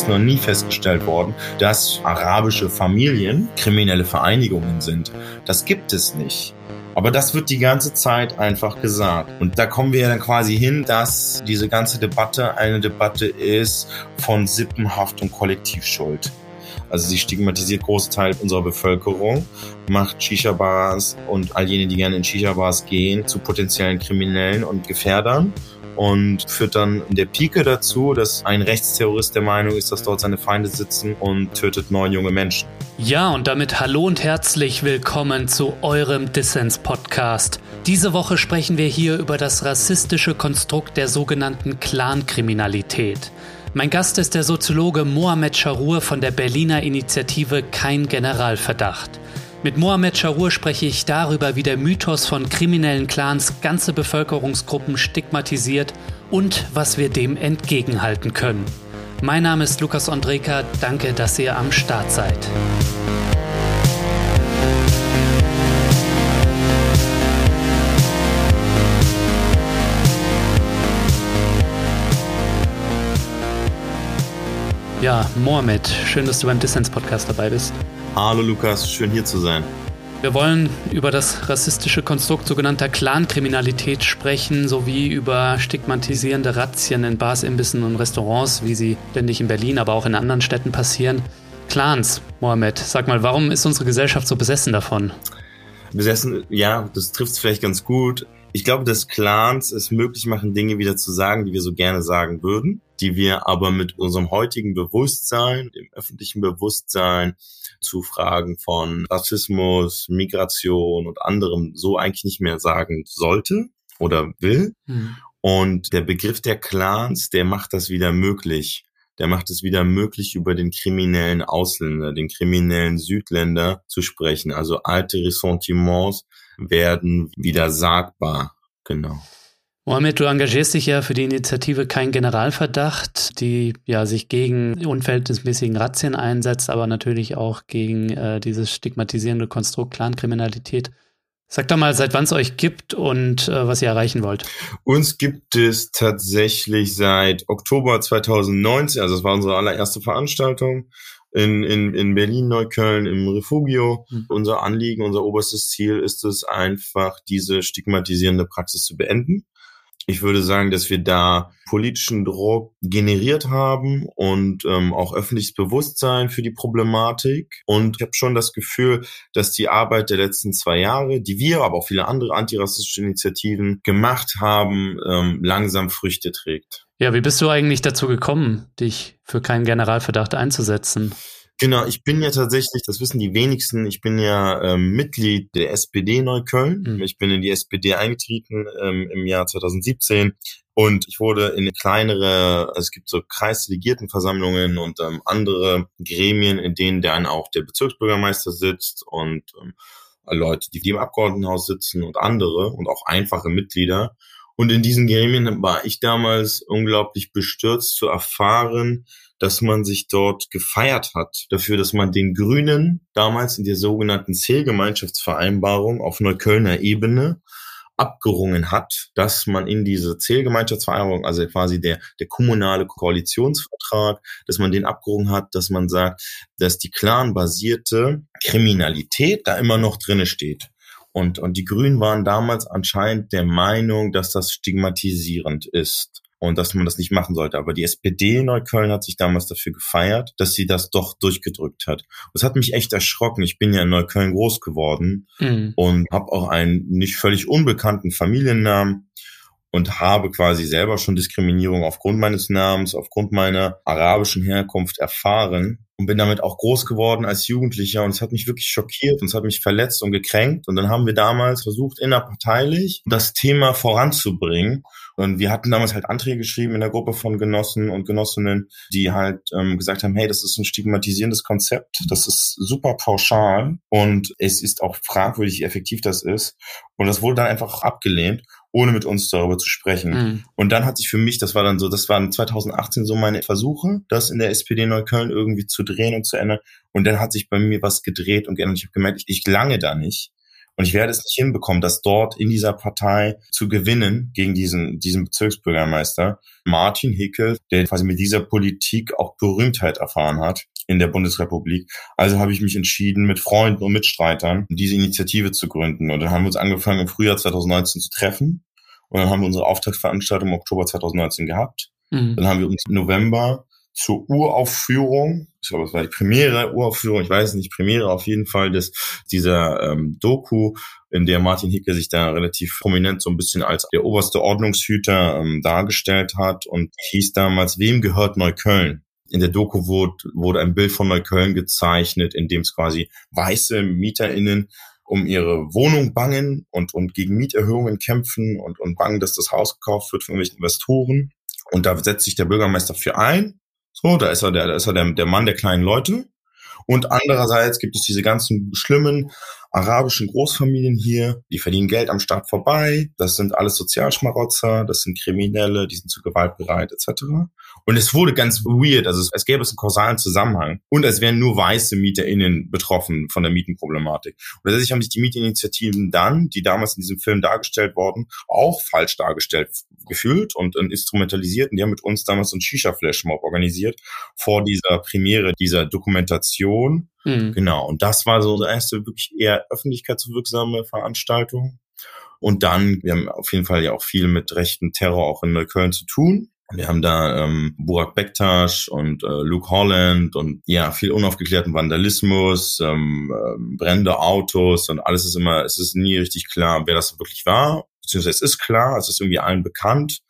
ist noch nie festgestellt worden, dass arabische Familien kriminelle Vereinigungen sind. Das gibt es nicht. Aber das wird die ganze Zeit einfach gesagt. Und da kommen wir ja dann quasi hin, dass diese ganze Debatte eine Debatte ist von Sippenhaft und Kollektivschuld. Also sie stigmatisiert Großteil unserer Bevölkerung, macht Shisha-Bars und all jene, die gerne in Shisha-Bars gehen, zu potenziellen Kriminellen und Gefährdern. Und führt dann in der Pike dazu, dass ein Rechtsterrorist der Meinung ist, dass dort seine Feinde sitzen und tötet 9 junge Menschen. Ja, und damit hallo und herzlich willkommen zu eurem Dissens-Podcast. Diese Woche sprechen wir hier über das rassistische Konstrukt der sogenannten Clankriminalität. Mein Gast ist der Soziologe Mohamed Charour von der Berliner Initiative Kein Generalverdacht. Mit Mohamed Charour spreche ich darüber, wie der Mythos von kriminellen Clans ganze Bevölkerungsgruppen stigmatisiert und was wir dem entgegenhalten können. Mein Name ist Lukas Ondreka, danke, dass ihr am Start seid. Ja, Mohamed, schön, dass du beim Dissens-Podcast dabei bist. Hallo Lukas, schön hier zu sein. Wir wollen über das rassistische Konstrukt sogenannter Clankriminalität sprechen, sowie über stigmatisierende Razzien in Bars, Imbissen und Restaurants, wie sie ständig in Berlin, aber auch in anderen Städten passieren. Clans, Mohamed, sag mal, warum ist unsere Gesellschaft so besessen davon? Besessen, ja, das trifft es vielleicht ganz gut. Ich glaube, dass Clans es möglich machen, Dinge wieder zu sagen, die wir so gerne sagen würden, die wir aber mit unserem heutigen Bewusstsein, dem öffentlichen Bewusstsein zu Fragen von Rassismus, Migration und anderem so eigentlich nicht mehr sagen sollte oder will. Und der Begriff der Clans, der macht das wieder möglich. Der macht es wieder möglich, über den kriminellen Ausländer, den kriminellen Südländer zu sprechen. Also alte Ressentiments werden wieder sagbar. Genau. Mohamed, du engagierst dich ja für die Initiative Kein Generalverdacht, die ja sich gegen unverhältnismäßigen Razzien einsetzt, aber natürlich auch gegen dieses stigmatisierende Konstrukt Clankriminalität. Sag doch mal, seit wann es euch gibt und was ihr erreichen wollt. Uns gibt es tatsächlich seit Oktober 2019, also das war unsere allererste Veranstaltung in Berlin-Neukölln im Refugio. Unser Anliegen, unser oberstes Ziel ist es einfach, diese stigmatisierende Praxis zu beenden. Ich würde sagen, dass wir da politischen Druck generiert haben und auch öffentliches Bewusstsein für die Problematik. Und ich habe schon das Gefühl, dass die Arbeit der letzten 2 Jahre, die wir, aber auch viele andere antirassistische Initiativen gemacht haben, langsam Früchte trägt. Ja, wie bist du eigentlich dazu gekommen, dich für Keinen Generalverdacht einzusetzen? Genau, ich bin ja tatsächlich, das wissen die wenigsten, ich bin ja Mitglied der SPD Neukölln. Ich bin in die SPD eingetreten im Jahr 2017 und ich wurde in kleinere, also es gibt so Kreisdelegiertenversammlungen und andere Gremien, in denen dann auch der Bezirksbürgermeister sitzt und Leute, die im Abgeordnetenhaus sitzen und andere und auch einfache Mitglieder. Und in diesen Gremien war ich damals unglaublich bestürzt zu erfahren, dass man sich dort gefeiert hat dafür, dass man den Grünen damals in der sogenannten Zielgemeinschaftsvereinbarung auf Neuköllner Ebene abgerungen hat, dass man in diese Zielgemeinschaftsvereinbarung, also quasi der kommunale Koalitionsvertrag, dass man den abgerungen hat, dass man sagt, dass die clanbasierte Kriminalität da immer noch drinne steht. Und die Grünen waren damals anscheinend der Meinung, dass das stigmatisierend ist und dass man das nicht machen sollte. Aber die SPD in Neukölln hat sich damals dafür gefeiert, dass sie das doch durchgedrückt hat. Das hat mich echt erschrocken. Ich bin ja in Neukölln groß geworden und habe auch einen nicht völlig unbekannten Familiennamen und habe quasi selber schon Diskriminierung aufgrund meines Namens, aufgrund meiner arabischen Herkunft erfahren und bin damit auch groß geworden als Jugendlicher und es hat mich wirklich schockiert und es hat mich verletzt und gekränkt und dann haben wir damals versucht, innerparteilich das Thema voranzubringen und wir hatten damals halt Anträge geschrieben in der Gruppe von Genossen und Genossinnen, die halt gesagt haben, hey, das ist ein stigmatisierendes Konzept, das ist super pauschal und es ist auch fragwürdig, wie effektiv das ist und das wurde dann einfach abgelehnt, ohne mit uns darüber zu sprechen. Und dann hat sich für mich, das waren 2018 so meine Versuche, das in der SPD Neukölln irgendwie zu drehen und zu ändern. Und dann hat sich bei mir was gedreht und geändert. Ich habe gemerkt, ich lange da nicht. Und ich werde es nicht hinbekommen, das dort in dieser Partei zu gewinnen gegen diesen Bezirksbürgermeister Martin Hickel, der quasi mit dieser Politik auch Berühmtheit erfahren hat in der Bundesrepublik. Also habe ich mich entschieden, mit Freunden und Mitstreitern diese Initiative zu gründen. Und dann haben wir uns angefangen, im Frühjahr 2019 zu treffen. Und dann haben wir unsere Auftragsveranstaltung im Oktober 2019 gehabt. Dann haben wir uns im November zur Uraufführung, ich glaube, es war die Premiere, Uraufführung, ich weiß nicht, Premiere auf jeden Fall, dieser Doku, in der Martin Hickel sich da relativ prominent so ein bisschen als der oberste Ordnungshüter dargestellt hat und hieß damals, wem gehört Neukölln? In der Doku wurde ein Bild von Neukölln gezeichnet, in dem es quasi weiße MieterInnen um ihre Wohnung bangen und gegen Mieterhöhungen kämpfen und bangen, dass das Haus gekauft wird von irgendwelchen Investoren. Und da setzt sich der Bürgermeister für ein. So, da ist er der Mann der kleinen Leute. Und andererseits gibt es diese ganzen schlimmen arabischen Großfamilien hier, die verdienen Geld am Staat vorbei. Das sind alles Sozialschmarotzer, das sind Kriminelle, die sind zu Gewalt bereit etc. Und es wurde ganz weird, also es gäbe einen kausalen Zusammenhang. Und es wären nur weiße MieterInnen betroffen von der Mietenproblematik. Und tatsächlich haben sich die Mietinitiativen dann, die damals in diesem Film dargestellt wurden, auch falsch dargestellt gefühlt und instrumentalisiert. Und die haben mit uns damals so einen Shisha-Flashmob organisiert vor dieser Premiere dieser Dokumentation. Genau, und das war so unsere erste wirklich eher öffentlichkeitswirksame Veranstaltung. Und dann, wir haben auf jeden Fall ja auch viel mit rechten Terror auch in Neukölln zu tun. Wir haben da Burak Bektaş und Luke Holland und ja, viel unaufgeklärten Vandalismus, brennende Autos und alles es ist nie richtig klar, wer das wirklich war. Beziehungsweise es ist klar, es ist irgendwie allen bekannt.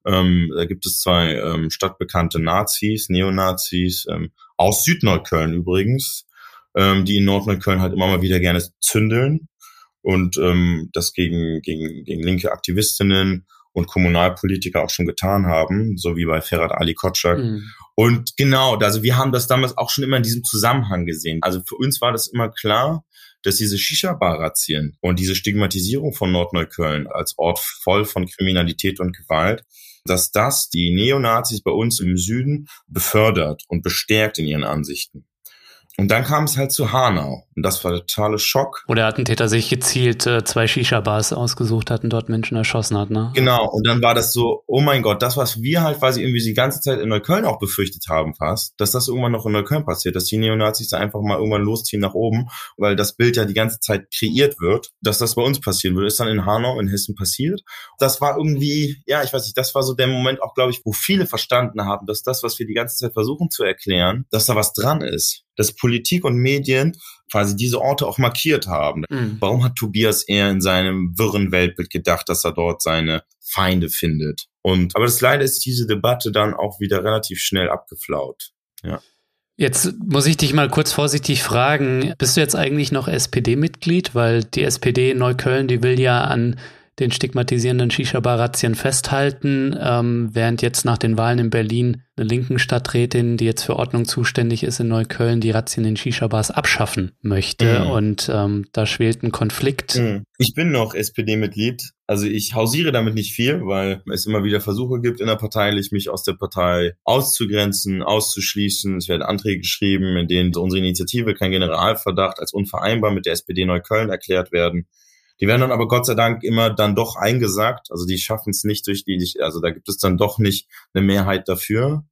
Da gibt es zwei stadtbekannte Nazis, Neonazis, aus Südneukölln übrigens, die in Nordneukölln halt immer mal wieder gerne zündeln und das gegen linke Aktivistinnen und Kommunalpolitiker auch schon getan haben, so wie bei Ferhat Ali Kotschak. Und genau, also wir haben das damals auch schon immer in diesem Zusammenhang gesehen. Also für uns war das immer klar, dass diese Shisha-Bar-Razzien und diese Stigmatisierung von Nordneukölln als Ort voll von Kriminalität und Gewalt, dass das die Neonazis bei uns im Süden befördert und bestärkt in ihren Ansichten. Und dann kam es halt zu Hanau. Und das war der totale Schock. Wo der Attentäter sich gezielt 2 Shisha-Bars ausgesucht hat und dort Menschen erschossen hat, ne? Genau. Und dann war das so, oh mein Gott, das, was wir halt quasi irgendwie die ganze Zeit in Neukölln auch befürchtet haben fast, dass das irgendwann noch in Neukölln passiert, dass die Neonazis da einfach mal irgendwann losziehen nach oben, weil das Bild ja die ganze Zeit kreiert wird, dass das bei uns passieren würde. Ist dann in Hanau, in Hessen passiert. Das war irgendwie, ja, ich weiß nicht, das war so der Moment auch, glaube ich, wo viele verstanden haben, dass das, was wir die ganze Zeit versuchen zu erklären, dass da was dran ist. Dass Politik und Medien quasi diese Orte auch markiert haben. Warum hat Tobias eher in seinem wirren Weltbild gedacht, dass er dort seine Feinde findet? Aber das Leider ist diese Debatte dann auch wieder relativ schnell abgeflaut. Ja. Jetzt muss ich dich mal kurz vorsichtig fragen, bist du jetzt eigentlich noch SPD-Mitglied? Weil die SPD in Neukölln, die will ja an den stigmatisierenden Shisha-Bar-Razzien festhalten, während jetzt nach den Wahlen in Berlin eine linken Stadträtin, die jetzt für Ordnung zuständig ist in Neukölln, die Razzien in Shisha-Bars abschaffen möchte. Und da schwelt ein Konflikt. Ich bin noch SPD-Mitglied. Also ich hausiere damit nicht viel, weil es immer wieder Versuche gibt, innerparteilich mich aus der Partei auszugrenzen, auszuschließen. Es werden Anträge geschrieben, in denen unsere Initiative kein Generalverdacht als unvereinbar mit der SPD Neukölln erklärt werden. Die werden dann aber Gott sei Dank immer dann doch eingesagt. Also die schaffen es nicht also da gibt es dann doch nicht eine Mehrheit dafür,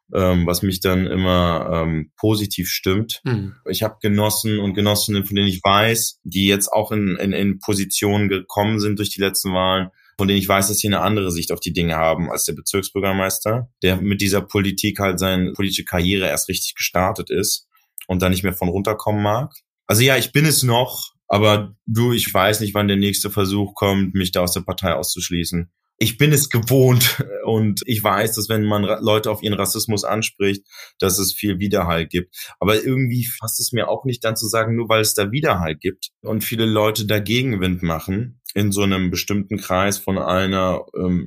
was mich dann immer positiv stimmt. Ich habe Genossen und Genossinnen, von denen ich weiß, die jetzt auch in Positionen gekommen sind durch die letzten Wahlen, von denen ich weiß, dass sie eine andere Sicht auf die Dinge haben als der Bezirksbürgermeister, der mit dieser Politik halt seine politische Karriere erst richtig gestartet ist und da nicht mehr von runterkommen mag. Also ja, ich bin es noch, aber ich weiß nicht, wann der nächste Versuch kommt, mich da aus der Partei auszuschließen. Ich bin es gewohnt und ich weiß, dass wenn man Leute auf ihren Rassismus anspricht, dass es viel Widerhall gibt. Aber irgendwie passt es mir auch nicht dann zu sagen, nur weil es da Widerhall gibt und viele Leute da Gegenwind machen in so einem bestimmten Kreis von einer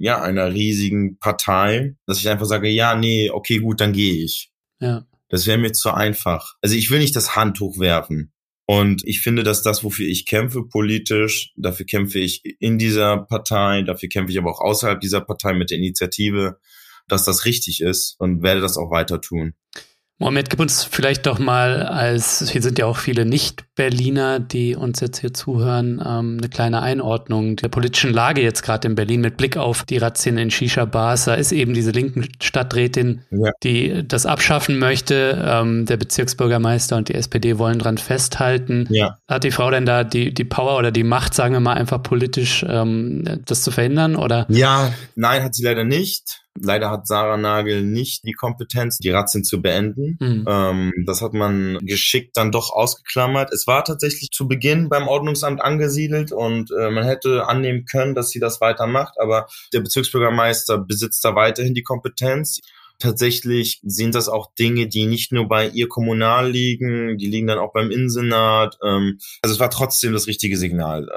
riesigen Partei, dass ich einfach sage, ja, nee, okay, gut, dann gehe ich. Ja. Das wäre mir zu einfach. Also ich will nicht das Handtuch werfen. Und ich finde, dass das, wofür ich kämpfe politisch, dafür kämpfe ich in dieser Partei, dafür kämpfe ich aber auch außerhalb dieser Partei mit der Initiative, dass das richtig ist und werde das auch weiter tun. Mohammed, gib uns vielleicht doch mal, hier sind ja auch viele Nicht-Berliner, die uns jetzt hier zuhören, eine kleine Einordnung der politischen Lage jetzt gerade in Berlin mit Blick auf die Razzien in Shisha-Bars. Da ist eben diese linken Stadträtin, die das abschaffen möchte. Der Bezirksbürgermeister und die SPD wollen dran festhalten. Ja. Hat die Frau denn da die Power oder die Macht, sagen wir mal, einfach politisch das zu verhindern? Oder? Ja, nein, hat sie leider nicht. Leider hat Sarah Nagel nicht die Kompetenz, die Razzien zu beenden. Das hat man geschickt dann doch ausgeklammert. Es war tatsächlich zu Beginn beim Ordnungsamt angesiedelt und man hätte annehmen können, dass sie das weitermacht, aber der Bezirksbürgermeister besitzt da weiterhin die Kompetenz. Tatsächlich sind das auch Dinge, die nicht nur bei ihr kommunal liegen, die liegen dann auch beim Innensenat. Also es war trotzdem das richtige Signal.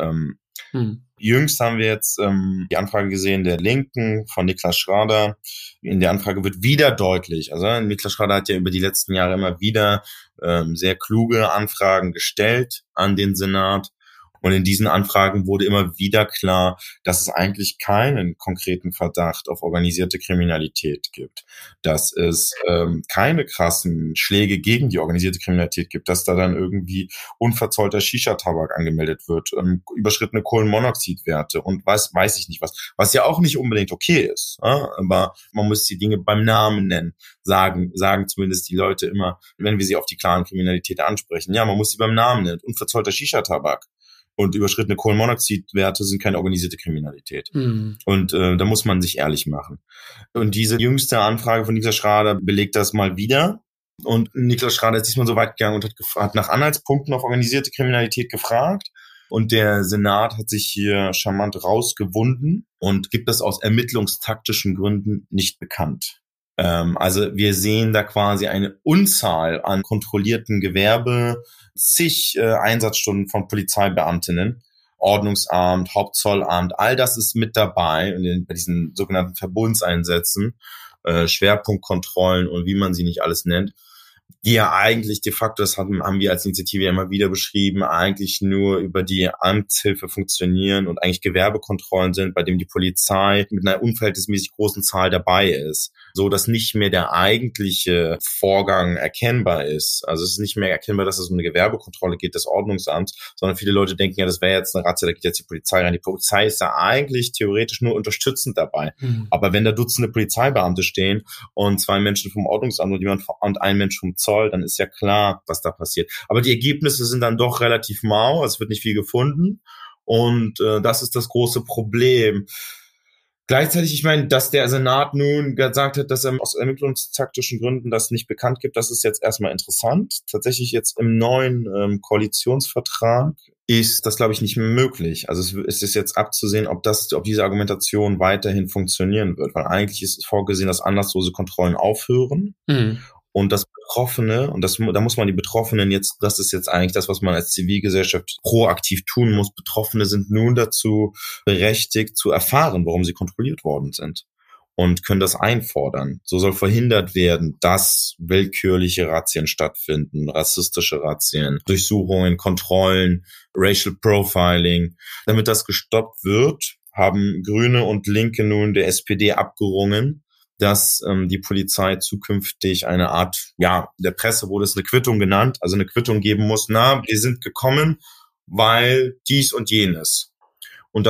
Jüngst haben wir jetzt die Anfrage gesehen der Linken von Niklas Schrader. In der Anfrage wird wieder deutlich, also Niklas Schrader hat ja über die letzten Jahre immer wieder sehr kluge Anfragen gestellt an den Senat. Und in diesen Anfragen wurde immer wieder klar, dass es eigentlich keinen konkreten Verdacht auf organisierte Kriminalität gibt, dass es keine krassen Schläge gegen die organisierte Kriminalität gibt, dass da dann irgendwie unverzollter Shisha-Tabak angemeldet wird, überschrittene Kohlenmonoxidwerte und weiß ich nicht was ja auch nicht unbedingt okay ist, aber man muss die Dinge beim Namen nennen, sagen zumindest die Leute immer, wenn wir sie auf die klaren Kriminalität ansprechen. Ja, man muss sie beim Namen nennen, unverzollter Shisha-Tabak. Und überschrittene Kohlenmonoxidwerte sind keine organisierte Kriminalität. Und da muss man sich ehrlich machen. Und diese jüngste Anfrage von Niklas Schrader belegt das mal wieder. Und Niklas Schrader ist diesmal so weit gegangen und hat nach Anhaltspunkten auf organisierte Kriminalität gefragt. Und der Senat hat sich hier charmant rausgewunden und gibt das aus ermittlungstaktischen Gründen nicht bekannt. Also wir sehen da quasi eine Unzahl an kontrollierten Gewerbe, zig Einsatzstunden von Polizeibeamtinnen, Ordnungsamt, Hauptzollamt, all das ist mit dabei bei diesen sogenannten Verbundseinsätzen, Schwerpunktkontrollen und wie man sie nicht alles nennt, die ja eigentlich de facto, das haben wir als Initiative ja immer wieder beschrieben, eigentlich nur über die Amtshilfe funktionieren und eigentlich Gewerbekontrollen sind, bei dem die Polizei mit einer unverhältnismäßig großen Zahl dabei ist, so dass nicht mehr der eigentliche Vorgang erkennbar ist. Also es ist nicht mehr erkennbar, dass es um eine Gewerbekontrolle geht des Ordnungsamts, sondern viele Leute denken ja, das wäre jetzt eine Razzia, da geht jetzt die Polizei rein. Die Polizei ist da eigentlich theoretisch nur unterstützend dabei. Aber wenn da Dutzende Polizeibeamte stehen und 2 Menschen vom Ordnungsamt und ein Mensch vom Zoll, dann ist ja klar, was da passiert. Aber die Ergebnisse sind dann doch relativ mau, es wird nicht viel gefunden und das ist das große Problem. Gleichzeitig, ich meine, dass der Senat nun gesagt hat, dass er aus ermittlungstaktischen Gründen das nicht bekannt gibt, das ist jetzt erstmal interessant. Tatsächlich jetzt im neuen Koalitionsvertrag ist das, glaube ich, nicht mehr möglich. Also es ist jetzt abzusehen, ob diese Argumentation weiterhin funktionieren wird, weil eigentlich ist vorgesehen, dass anlasslose Kontrollen aufhören. Und das Betroffene, und da muss man die Betroffenen jetzt, das ist jetzt eigentlich das, was man als Zivilgesellschaft proaktiv tun muss. Betroffene sind nun dazu berechtigt, zu erfahren, warum sie kontrolliert worden sind und können das einfordern. So soll verhindert werden, dass willkürliche Razzien stattfinden, rassistische Razzien, Durchsuchungen, Kontrollen, Racial Profiling. Damit das gestoppt wird, haben Grüne und Linke nun der SPD abgerungen, dass die Polizei zukünftig eine Art, ja, der Presse wurde es eine Quittung genannt, also eine Quittung geben muss, wir sind gekommen, weil dies und jenes. Und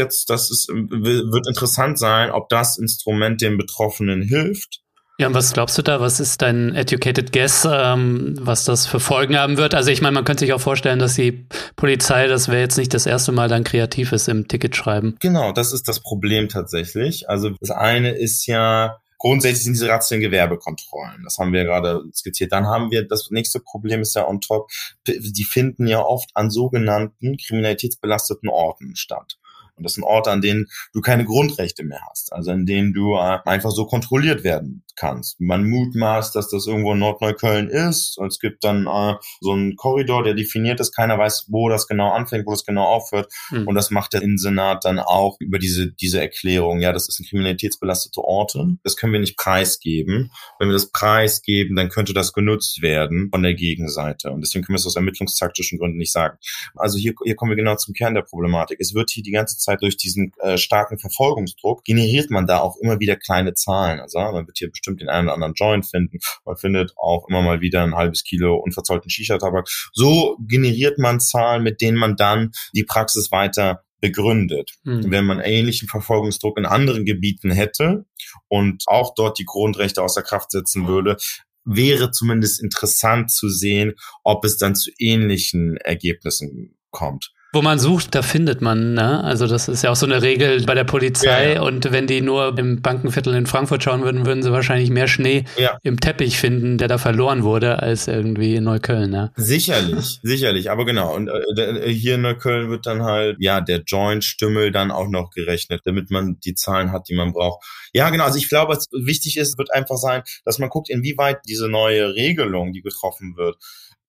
wird interessant sein, ob das Instrument den Betroffenen hilft. Ja, und was glaubst du da? Was ist dein educated guess, was das für Folgen haben wird? Also ich meine, man könnte sich auch vorstellen, dass die Polizei, das wäre jetzt nicht das erste Mal, dann kreativ ist im Ticketschreiben. Genau, das ist das Problem tatsächlich. Also das eine ist ja, grundsätzlich sind diese Razzien Gewerbekontrollen. Das haben wir gerade skizziert. Dann haben wir, das nächste Problem ist ja on top, die finden ja oft an sogenannten kriminalitätsbelasteten Orten statt. Und das sind Orte, an denen du keine Grundrechte mehr hast, also in denen du einfach so kontrolliert werden kannst. Man mutmaßt, dass das irgendwo in Nordneukölln ist. Es gibt dann so einen Korridor, der definiert ist. Keiner weiß, wo das genau anfängt, wo das genau aufhört. Und das macht der Innensenat dann auch über diese Erklärung. Ja, das sind kriminalitätsbelastete Orte. Das können wir nicht preisgeben. Wenn wir das preisgeben, dann könnte das genutzt werden von der Gegenseite. Und deswegen können wir es aus ermittlungstaktischen Gründen nicht sagen. Also hier kommen wir genau zum Kern der Problematik. Es wird hier die ganze Zeit durch diesen starken Verfolgungsdruck generiert man da auch immer wieder kleine Zahlen. Also man wird hier bestimmt den einen oder anderen Joint finden. Man findet auch immer mal wieder ein halbes Kilo unverzollten Shisha-Tabak. So generiert man Zahlen, mit denen man dann die Praxis weiter begründet. Wenn man ähnlichen Verfolgungsdruck in anderen Gebieten hätte und auch dort die Grundrechte außer Kraft setzen würde, wäre zumindest interessant zu sehen, ob es dann zu ähnlichen Ergebnissen kommt. Wo man sucht, da findet man, ne? Also das ist ja auch so eine Regel bei der Polizei. Ja. Und wenn die nur im Bankenviertel in Frankfurt schauen würden, würden sie wahrscheinlich mehr Schnee im Teppich finden, der da verloren wurde, als irgendwie in Neukölln, ne? Sicherlich, aber genau. Und hier in Neukölln wird dann halt, der Joint-Stümmel dann auch noch gerechnet, damit man die Zahlen hat, die man braucht. Ja, genau, also ich glaube, was wichtig ist, wird einfach sein, dass man guckt, inwieweit diese neue Regelung, die getroffen wird,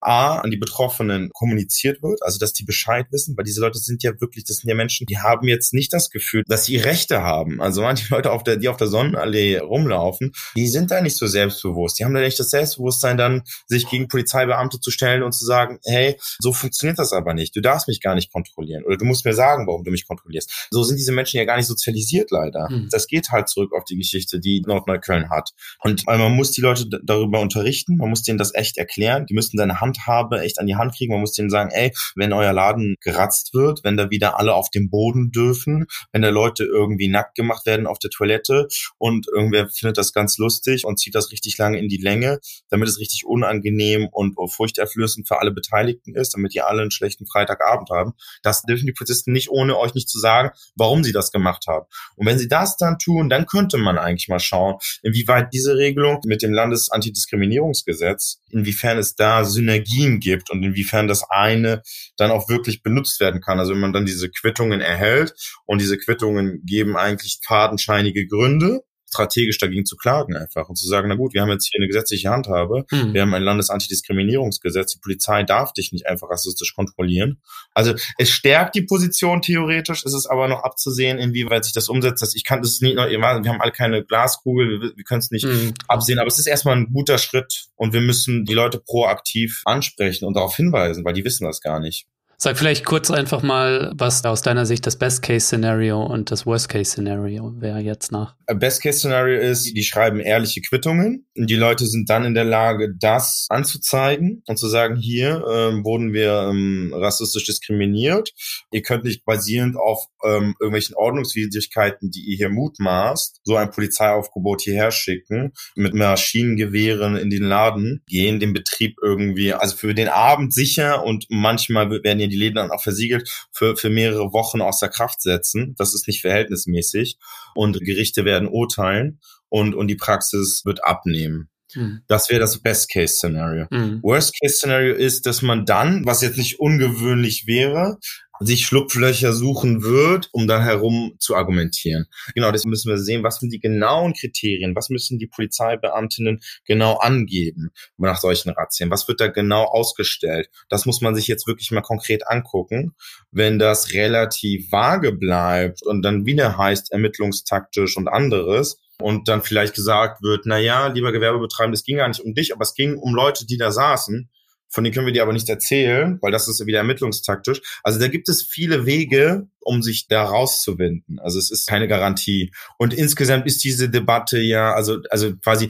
an die Betroffenen kommuniziert wird, also dass die Bescheid wissen, weil diese Leute sind ja wirklich, das sind ja Menschen, die haben jetzt nicht das Gefühl, dass sie Rechte haben. Also manche Leute, die auf der Sonnenallee rumlaufen, die sind da nicht so selbstbewusst. Die haben da nicht das Selbstbewusstsein, dann sich gegen Polizeibeamte zu stellen und zu sagen, hey, so funktioniert das aber nicht. Du darfst mich gar nicht kontrollieren oder du musst mir sagen, warum du mich kontrollierst. So sind diese Menschen ja gar nicht sozialisiert, leider. Das geht halt zurück auf die Geschichte, die Nordneukölln hat. Und man muss die Leute darüber unterrichten, man muss denen das echt erklären, die müssen deine Handhabe echt an die Hand kriegen. Man muss denen sagen, ey, wenn euer Laden geratzt wird, wenn da wieder alle auf dem Boden dürfen, wenn da Leute irgendwie nackt gemacht werden auf der Toilette und irgendwer findet das ganz lustig und zieht das richtig lange in die Länge, damit es richtig unangenehm und furchterflößend für alle Beteiligten ist, damit die alle einen schlechten Freitagabend haben. Das dürfen die Polizisten nicht, ohne euch nicht zu sagen, warum sie das gemacht haben. Und wenn sie das dann tun, dann könnte man eigentlich mal schauen, inwieweit diese Regelung mit dem Landesantidiskriminierungsgesetz, inwiefern es da Synergien gibt und inwiefern das eine dann auch wirklich benutzt werden kann. Also wenn man dann diese Quittungen erhält und diese Quittungen geben eigentlich fadenscheinige Gründe, strategisch dagegen zu klagen einfach und zu sagen, na gut, wir haben jetzt hier eine gesetzliche Handhabe, wir haben ein Landesantidiskriminierungsgesetz, die Polizei darf dich nicht einfach rassistisch kontrollieren. Also es stärkt die Position theoretisch, es ist aber noch abzusehen, inwieweit sich das umsetzt. Das ist nicht, wir haben alle keine Glaskugel, wir können es nicht absehen, aber es ist erstmal ein guter Schritt und wir müssen die Leute proaktiv ansprechen und darauf hinweisen, weil die wissen das gar nicht. Sag vielleicht kurz einfach mal, was aus deiner Sicht das Best-Case-Szenario und das Worst-Case-Szenario wäre jetzt nach. Best-Case-Szenario ist, die schreiben ehrliche Quittungen und die Leute sind dann in der Lage, das anzuzeigen und zu sagen, hier wurden wir rassistisch diskriminiert. Ihr könnt nicht basierend auf irgendwelchen Ordnungswidrigkeiten, die ihr hier mutmaßt, so ein Polizeiaufgebot hierher schicken, mit Maschinengewehren in den Laden gehen, den Betrieb irgendwie, also für den Abend sicher und manchmal werden die Läden dann auch versiegelt, für mehrere Wochen außer Kraft setzen. Das ist nicht verhältnismäßig. Und Gerichte werden urteilen und die Praxis wird abnehmen. Das wäre das Best-Case-Szenario. Worst-Case-Szenario ist, dass man dann, was jetzt nicht ungewöhnlich wäre, sich Schlupflöcher suchen wird, um da herum zu argumentieren. Genau, deswegen müssen wir sehen, was sind die genauen Kriterien, was müssen die Polizeibeamtinnen genau angeben nach solchen Razzien, was wird da genau ausgestellt. Das muss man sich jetzt wirklich mal konkret angucken. Wenn das relativ vage bleibt und dann wieder heißt ermittlungstaktisch und anderes, und dann vielleicht gesagt wird, na ja, lieber Gewerbebetreibender, es ging gar nicht um dich, aber es ging um Leute, die da saßen. Von denen können wir dir aber nicht erzählen, weil das ist wieder ermittlungstaktisch. Also da gibt es viele Wege, um sich da rauszuwinden. Also es ist keine Garantie. Und insgesamt ist diese Debatte ja, also quasi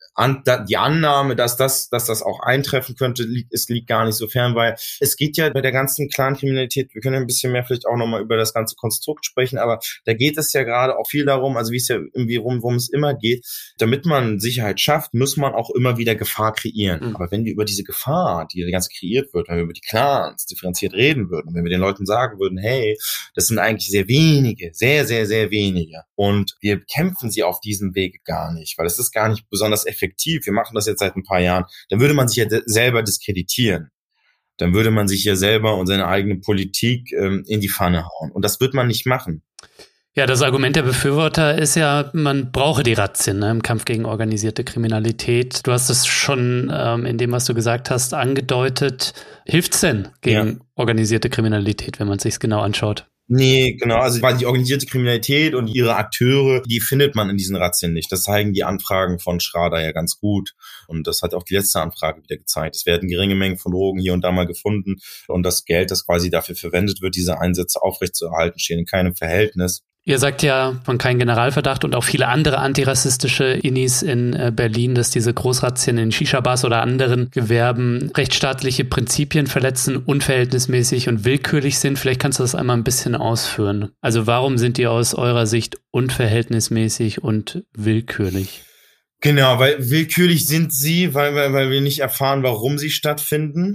die Annahme, dass das auch eintreffen könnte, liegt gar nicht so fern, weil es geht ja bei der ganzen Clankriminalität, wir können ja ein bisschen mehr vielleicht auch nochmal über das ganze Konstrukt sprechen, aber da geht es ja gerade auch viel darum, also wie es ja irgendwie worum es immer geht, damit man Sicherheit schafft, muss man auch immer wieder Gefahr kreieren. Aber wenn wir über diese Gefahr, die ganze kreiert wird, wenn wir über die Clans differenziert reden würden, wenn wir den Leuten sagen würden, hey, das sind eigentlich sehr wenige, sehr, sehr, sehr wenige und wir kämpfen sie auf diesem Wege gar nicht, weil es ist gar nicht besonders effektiv, wir machen das jetzt seit ein paar Jahren, dann würde man sich ja selber diskreditieren. Dann würde man sich ja selber und seine eigene Politik in die Pfanne hauen. Und das wird man nicht machen. Ja, das Argument der Befürworter ist ja, man brauche die Razzien, ne, im Kampf gegen organisierte Kriminalität. Du hast es schon in dem, was du gesagt hast, angedeutet. Hilft's denn gegen organisierte Kriminalität, wenn man es sich genau anschaut? Nee, genau, also weil die organisierte Kriminalität und ihre Akteure, die findet man in diesen Razzien nicht. Das zeigen die Anfragen von Schrader ja ganz gut. Und das hat auch die letzte Anfrage wieder gezeigt. Es werden geringe Mengen von Drogen hier und da mal gefunden. Und das Geld, das quasi dafür verwendet wird, diese Einsätze aufrechtzuerhalten, stehen in keinem Verhältnis Ihr sagt ja von keinem Generalverdacht und auch viele andere antirassistische Innis in Berlin, dass diese Großrazzien in Shisha-Bars oder anderen Gewerben rechtsstaatliche Prinzipien verletzen, unverhältnismäßig und willkürlich sind. Vielleicht kannst du das einmal ein bisschen ausführen. Also warum sind die aus eurer Sicht unverhältnismäßig und willkürlich? Genau, weil willkürlich sind sie, weil wir nicht erfahren, warum sie stattfinden,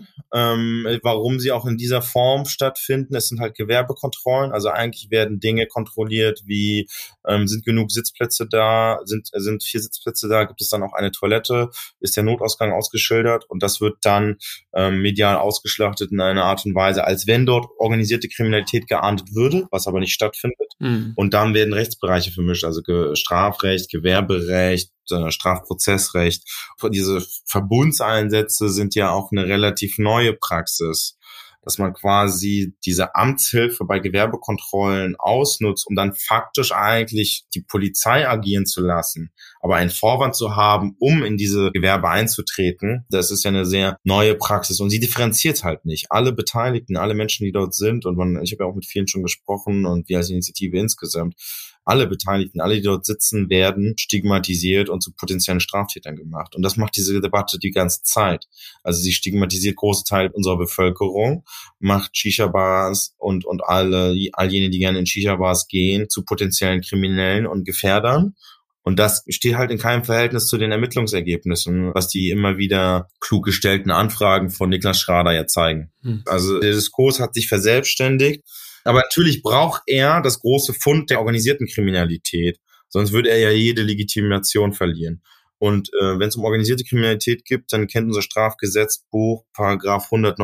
warum sie auch in dieser Form stattfinden. Es sind halt Gewerbekontrollen, also eigentlich werden Dinge kontrolliert, wie sind genug Sitzplätze da, sind 4 Sitzplätze da, gibt es dann auch eine Toilette, ist der Notausgang ausgeschildert und das wird dann medial ausgeschlachtet in einer Art und Weise, als wenn dort organisierte Kriminalität geahndet würde, was aber nicht stattfindet. Und dann werden Rechtsbereiche vermischt, also Strafrecht, Gewerberecht, Strafprozessrecht. Diese Verbundseinsätze sind ja auch eine relativ neue Praxis, dass man quasi diese Amtshilfe bei Gewerbekontrollen ausnutzt, um dann faktisch eigentlich die Polizei agieren zu lassen, aber einen Vorwand zu haben, um in diese Gewerbe einzutreten. Das ist ja eine sehr neue Praxis und sie differenziert halt nicht. Alle Beteiligten, alle Menschen, die dort sind und ich habe ja auch mit vielen schon gesprochen und wir als Initiative insgesamt, alle Beteiligten, alle, die dort sitzen, werden stigmatisiert und zu potenziellen Straftätern gemacht. Und das macht diese Debatte die ganze Zeit. Also sie stigmatisiert große Teile unserer Bevölkerung, macht Shisha-Bars und all jene, die gerne in Shisha-Bars gehen, zu potenziellen Kriminellen und Gefährdern. Und das steht halt in keinem Verhältnis zu den Ermittlungsergebnissen, was die immer wieder klug gestellten Anfragen von Niklas Schrader ja zeigen. Also der Diskurs hat sich verselbstständigt. Aber natürlich braucht er das große Fund der organisierten Kriminalität. Sonst würde er ja jede Legitimation verlieren. Und wenn es um organisierte Kriminalität geht, dann kennt unser Strafgesetzbuch Paragraph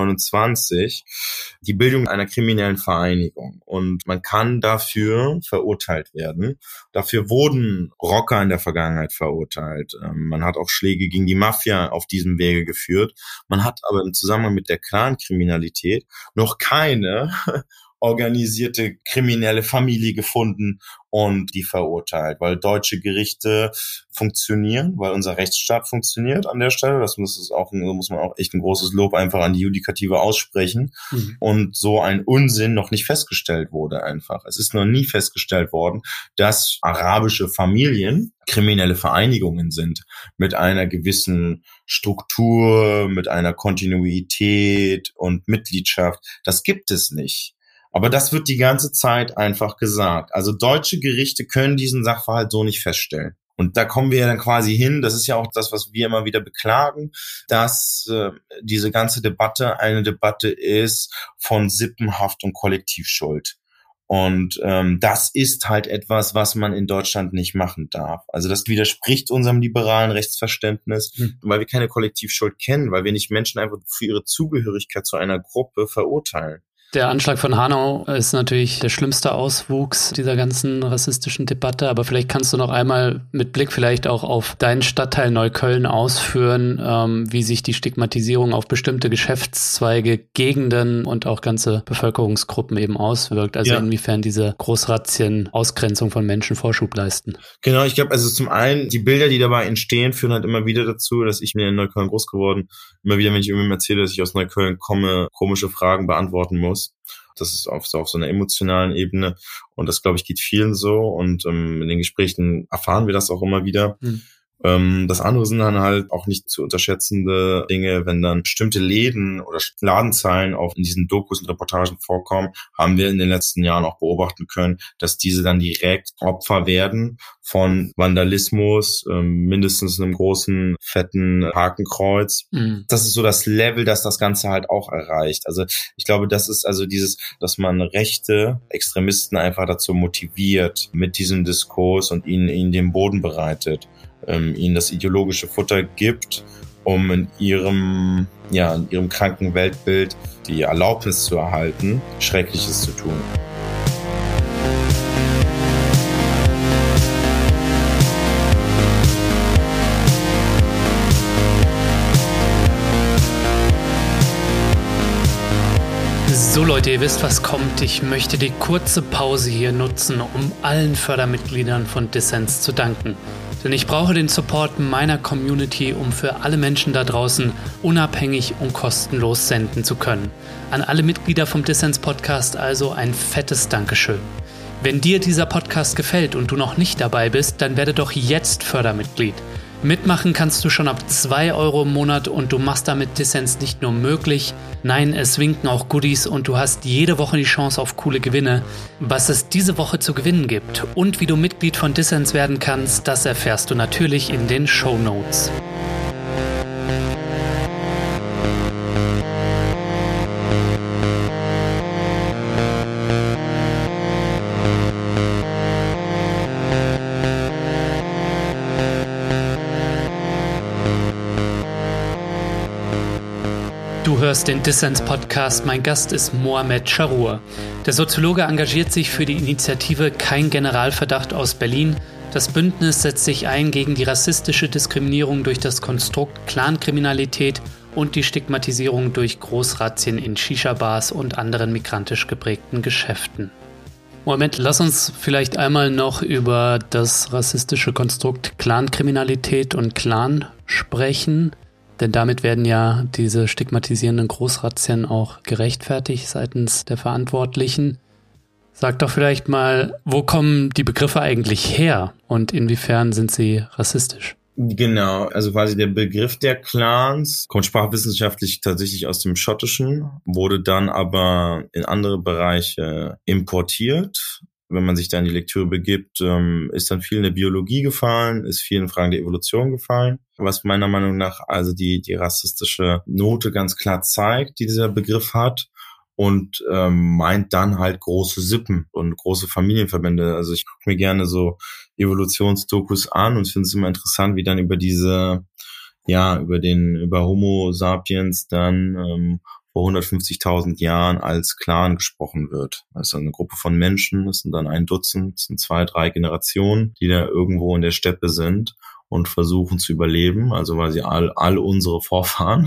129 die Bildung einer kriminellen Vereinigung. Und man kann dafür verurteilt werden. Dafür wurden Rocker in der Vergangenheit verurteilt. Man hat auch Schläge gegen die Mafia auf diesem Wege geführt. Man hat aber im Zusammenhang mit der Clankriminalität noch keine organisierte kriminelle Familie gefunden und die verurteilt, weil deutsche Gerichte funktionieren, weil unser Rechtsstaat funktioniert an der Stelle. Das muss man auch echt ein großes Lob einfach an die Judikative aussprechen. Und so ein Unsinn noch nicht festgestellt wurde einfach. Es ist noch nie festgestellt worden, dass arabische Familien kriminelle Vereinigungen sind mit einer gewissen Struktur, mit einer Kontinuität und Mitgliedschaft. Das gibt es nicht. Aber das wird die ganze Zeit einfach gesagt. Also deutsche Gerichte können diesen Sachverhalt so nicht feststellen. Und da kommen wir ja dann quasi hin, das ist ja auch das, was wir immer wieder beklagen, dass diese ganze Debatte eine Debatte ist von Sippenhaft und Kollektivschuld. Und das ist halt etwas, was man in Deutschland nicht machen darf. Also das widerspricht unserem liberalen Rechtsverständnis, weil wir keine Kollektivschuld kennen, weil wir nicht Menschen einfach für ihre Zugehörigkeit zu einer Gruppe verurteilen. Der Anschlag von Hanau ist natürlich der schlimmste Auswuchs dieser ganzen rassistischen Debatte, aber vielleicht kannst du noch einmal mit Blick vielleicht auch auf deinen Stadtteil Neukölln ausführen, wie sich die Stigmatisierung auf bestimmte Geschäftszweige, Gegenden und auch ganze Bevölkerungsgruppen eben auswirkt. Also inwiefern diese Großrazzien Ausgrenzung von Menschen Vorschub leisten. Genau, ich glaube, also zum einen, die Bilder, die dabei entstehen, führen halt immer wieder dazu, dass ich mir in Neukölln groß geworden, immer wieder, wenn ich irgendwem erzähle, dass ich aus Neukölln komme, komische Fragen beantworten muss. Das ist auf so einer emotionalen Ebene und das, glaube ich, geht vielen so und in den Gesprächen erfahren wir das auch immer wieder. Das andere sind dann halt auch nicht zu unterschätzende Dinge, wenn dann bestimmte Läden oder Ladenzahlen auch in diesen Dokus und Reportagen vorkommen, haben wir in den letzten Jahren auch beobachten können, dass diese dann direkt Opfer werden von Vandalismus, mindestens einem großen, fetten Hakenkreuz. Das ist so das Level, das das Ganze halt auch erreicht. Also ich glaube, das ist also dieses, dass man rechte Extremisten einfach dazu motiviert mit diesem Diskurs und ihnen den Boden bereitet. Ihnen das ideologische Futter gibt, um in ihrem kranken Weltbild die Erlaubnis zu erhalten, Schreckliches zu tun. So Leute, ihr wisst, was kommt. Ich möchte die kurze Pause hier nutzen, um allen Fördermitgliedern von Dissens zu danken. Denn ich brauche den Support meiner Community, um für alle Menschen da draußen unabhängig und kostenlos senden zu können. An alle Mitglieder vom Dissens Podcast also ein fettes Dankeschön. Wenn dir dieser Podcast gefällt und du noch nicht dabei bist, dann werde doch jetzt Fördermitglied. Mitmachen kannst du schon ab 2 € im Monat und du machst damit Dissens nicht nur möglich, nein, es winken auch Goodies und du hast jede Woche die Chance auf coole Gewinne. Was es diese Woche zu gewinnen gibt und wie du Mitglied von Dissens werden kannst, das erfährst du natürlich in den Shownotes. Du hörst den Dissens-Podcast. Mein Gast ist Mohamed Charour. Der Soziologe engagiert sich für die Initiative Kein Generalverdacht aus Berlin. Das Bündnis setzt sich ein gegen die rassistische Diskriminierung durch das Konstrukt Clankriminalität und die Stigmatisierung durch Großrazzien in Shisha-Bars und anderen migrantisch geprägten Geschäften. Mohamed, lass uns vielleicht einmal noch über das rassistische Konstrukt Clankriminalität und Clan sprechen. Denn damit werden ja diese stigmatisierenden Großrazzien auch gerechtfertigt seitens der Verantwortlichen. Sag doch vielleicht mal, wo kommen die Begriffe eigentlich her und inwiefern sind sie rassistisch? Genau, also quasi der Begriff der Clans kommt sprachwissenschaftlich tatsächlich aus dem Schottischen, wurde dann aber in andere Bereiche importiert. Wenn man sich da in die Lektüre begibt, ist dann viel in der Biologie gefallen, ist viel in Fragen der Evolution gefallen, was meiner Meinung nach also die rassistische Note ganz klar zeigt, die dieser Begriff hat und meint dann halt große Sippen und große Familienverbände. Also ich gucke mir gerne so Evolutionsdokus an und finde es immer interessant, wie dann über Homo sapiens dann vor 150.000 Jahren als Clan gesprochen wird. Also eine Gruppe von Menschen, das sind dann 1 Dutzend, das sind 2, 3 Generationen, die da irgendwo in der Steppe sind und versuchen zu überleben, also quasi all unsere Vorfahren.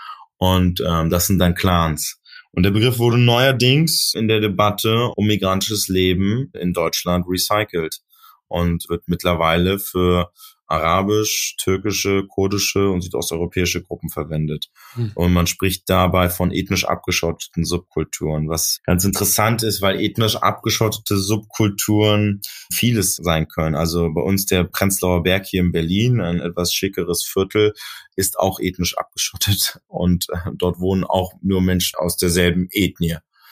Und das sind dann Clans. Und der Begriff wurde neuerdings in der Debatte um migrantisches Leben in Deutschland recycelt und wird mittlerweile für arabisch, türkische, kurdische und südosteuropäische Gruppen verwendet. Und man spricht dabei von ethnisch abgeschotteten Subkulturen, was ganz interessant ist, weil ethnisch abgeschottete Subkulturen vieles sein können. Also bei uns der Prenzlauer Berg hier in Berlin, ein etwas schickeres Viertel, ist auch ethnisch abgeschottet und dort wohnen auch nur Menschen aus derselben Ethnie,